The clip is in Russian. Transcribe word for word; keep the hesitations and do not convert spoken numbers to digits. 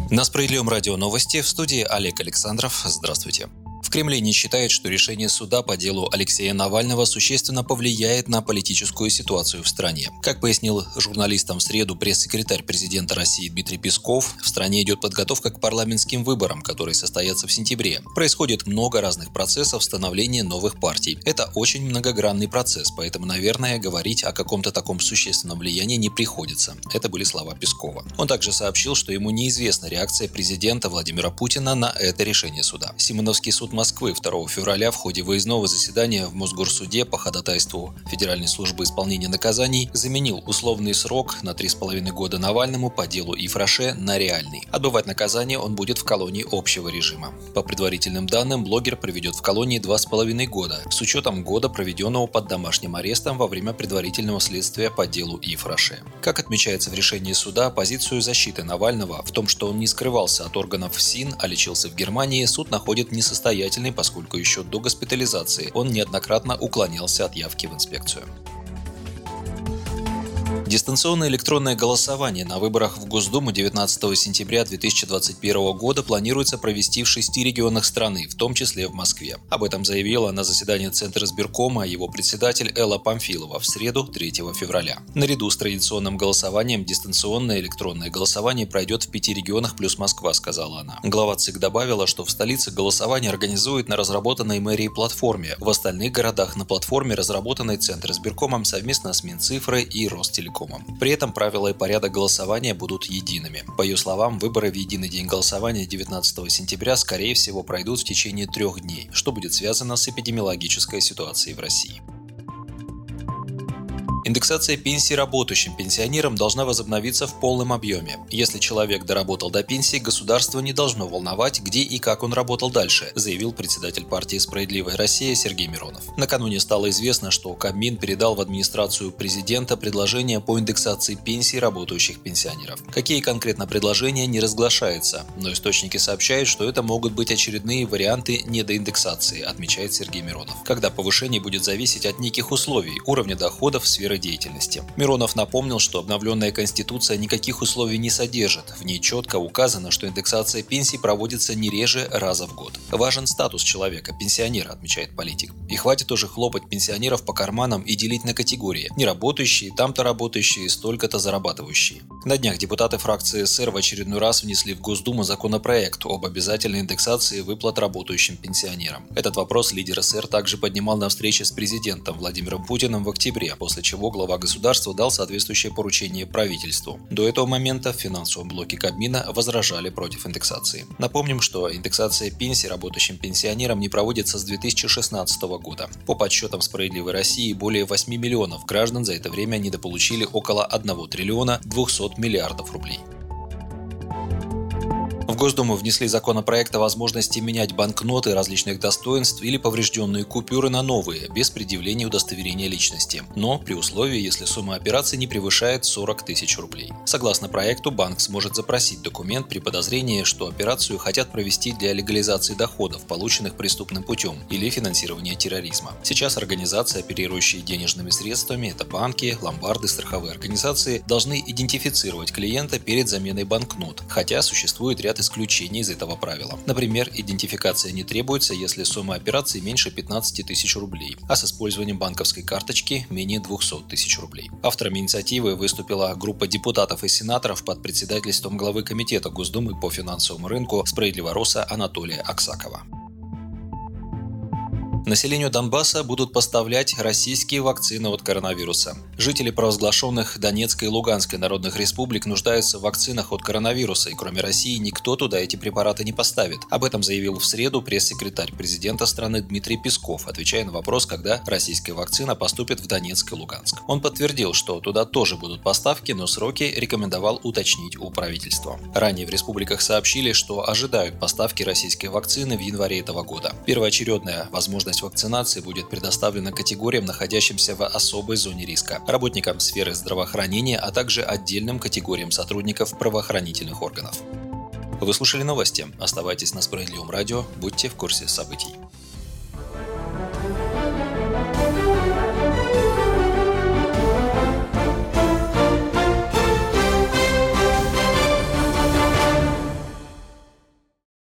На Справедливом радио новости, в студии Олег Александров. Здравствуйте. В Кремле не считают, что решение суда по делу Алексея Навального существенно повлияет на политическую ситуацию в стране. Как пояснил журналистам в среду пресс-секретарь президента России Дмитрий Песков, в стране идет подготовка к парламентским выборам, которые состоятся в сентябре. Происходит много разных процессов становления новых партий. Это очень многогранный процесс, поэтому, наверное, говорить о каком-то таком существенном влиянии не приходится. Это были слова Пескова. Он также сообщил, что ему неизвестна реакция президента Владимира Путина на это решение суда. Симоновский суд Москвы второго февраля в ходе выездного заседания в Мосгорсуде по ходатайству Федеральной службы исполнения наказаний заменил условный срок на три с половиной года Навальному по делу Ифраше на реальный. Отбывать наказание он будет в колонии общего режима. По предварительным данным, блогер проведет в колонии два с половиной года, с учетом года, проведенного под домашним арестом во время предварительного следствия по делу Ифраше. Как отмечается в решении суда, позицию защиты Навального в том, что он не скрывался от органов ФСИН, а лечился в Германии, суд находит несостоятельным, поскольку еще до госпитализации он неоднократно уклонялся от явки в инспекцию. Дистанционное электронное голосование на выборах в Госдуму девятнадцатого сентября две тысячи двадцать первого года планируется провести в шести регионах страны, в том числе в Москве. Об этом заявила на заседании Центра избиркома его председатель Элла Памфилова в среду, третьего февраля. Наряду с традиционным голосованием дистанционное электронное голосование пройдет в пяти регионах плюс Москва, сказала она. Глава ЦИК добавила, что в столице голосование организует на разработанной мэрией платформе, в остальных городах на платформе, разработанной Центр избиркомом совместно с Минцифрой и Ростелекомом. При этом правила и порядок голосования будут едиными. По ее словам, выборы в единый день голосования девятнадцатого сентября, скорее всего, пройдут в течение трех дней, что будет связано с эпидемиологической ситуацией в России. Индексация пенсий работающим пенсионерам должна возобновиться в полном объеме. Если человек доработал до пенсии, государство не должно волновать, где и как он работал дальше, заявил председатель партии «Справедливая Россия» Сергей Миронов. Накануне стало известно, что Кабмин передал в администрацию президента предложение по индексации пенсий работающих пенсионеров. Какие конкретно предложения, не разглашается, но источники сообщают, что это могут быть очередные варианты недоиндексации, отмечает Сергей Миронов, когда повышение будет зависеть от неких условий, уровня доходов, сферы деятельности. Миронов напомнил, что обновленная Конституция никаких условий не содержит. В ней четко указано, что индексация пенсий проводится не реже раза в год. Важен статус человека, пенсионера, отмечает политик. И хватит уже хлопать пенсионеров по карманам и делить на категории: неработающие, там-то работающие, столько-то зарабатывающие. На днях депутаты фракции СР в очередной раз внесли в Госдуму законопроект об обязательной индексации выплат работающим пенсионерам. Этот вопрос лидер СР также поднимал на встрече с президентом Владимиром Путиным в октябре, после чего глава государства дал соответствующее поручение правительству. До этого момента в финансовом блоке Кабмина возражали против индексации. Напомним, что индексация пенсий работающим пенсионерам не проводится с две тысячи шестнадцатого года. По подсчетам «Справедливой России», более восьми миллионов граждан за это время недополучили около одного триллиона двухсот миллиардов рублей. В Госдуму внесли законопроект о возможности менять банкноты различных достоинств или поврежденные купюры на новые, без предъявления удостоверения личности, но при условии, если сумма операций не превышает сорок тысяч рублей. Согласно проекту, банк сможет запросить документ при подозрении, что операцию хотят провести для легализации доходов, полученных преступным путем, или финансирования терроризма. Сейчас организации, оперирующие денежными средствами, это банки, ломбарды, страховые организации, должны идентифицировать клиента перед заменой банкнот, хотя существует ряд исключений из этого правила. Например, идентификация не требуется, если сумма операции меньше пятнадцати тысяч рублей, а с использованием банковской карточки менее двухсот тысяч рублей. Авторами инициативы выступила группа депутатов и сенаторов под председательством главы Комитета Госдумы по финансовому рынку «Справедливороса» Анатолия Аксакова. Населению Донбасса будут поставлять российские вакцины от коронавируса. Жители провозглашенных Донецкой и Луганской народных республик нуждаются в вакцинах от коронавируса, и кроме России никто туда эти препараты не поставит. Об этом заявил в среду пресс-секретарь президента страны Дмитрий Песков, отвечая на вопрос, когда российская вакцина поступит в Донецк и Луганск. Он подтвердил, что туда тоже будут поставки, но сроки рекомендовал уточнить у правительства. Ранее в республиках сообщили, что ожидают поставки российской вакцины в январе этого года. Первоочередная возможность вакцинации будет предоставлена категориям, находящимся в особой зоне риска, работникам сферы здравоохранения, а также отдельным категориям сотрудников правоохранительных органов. Вы слушали новости. Оставайтесь на Справедливом радио, будьте в курсе событий.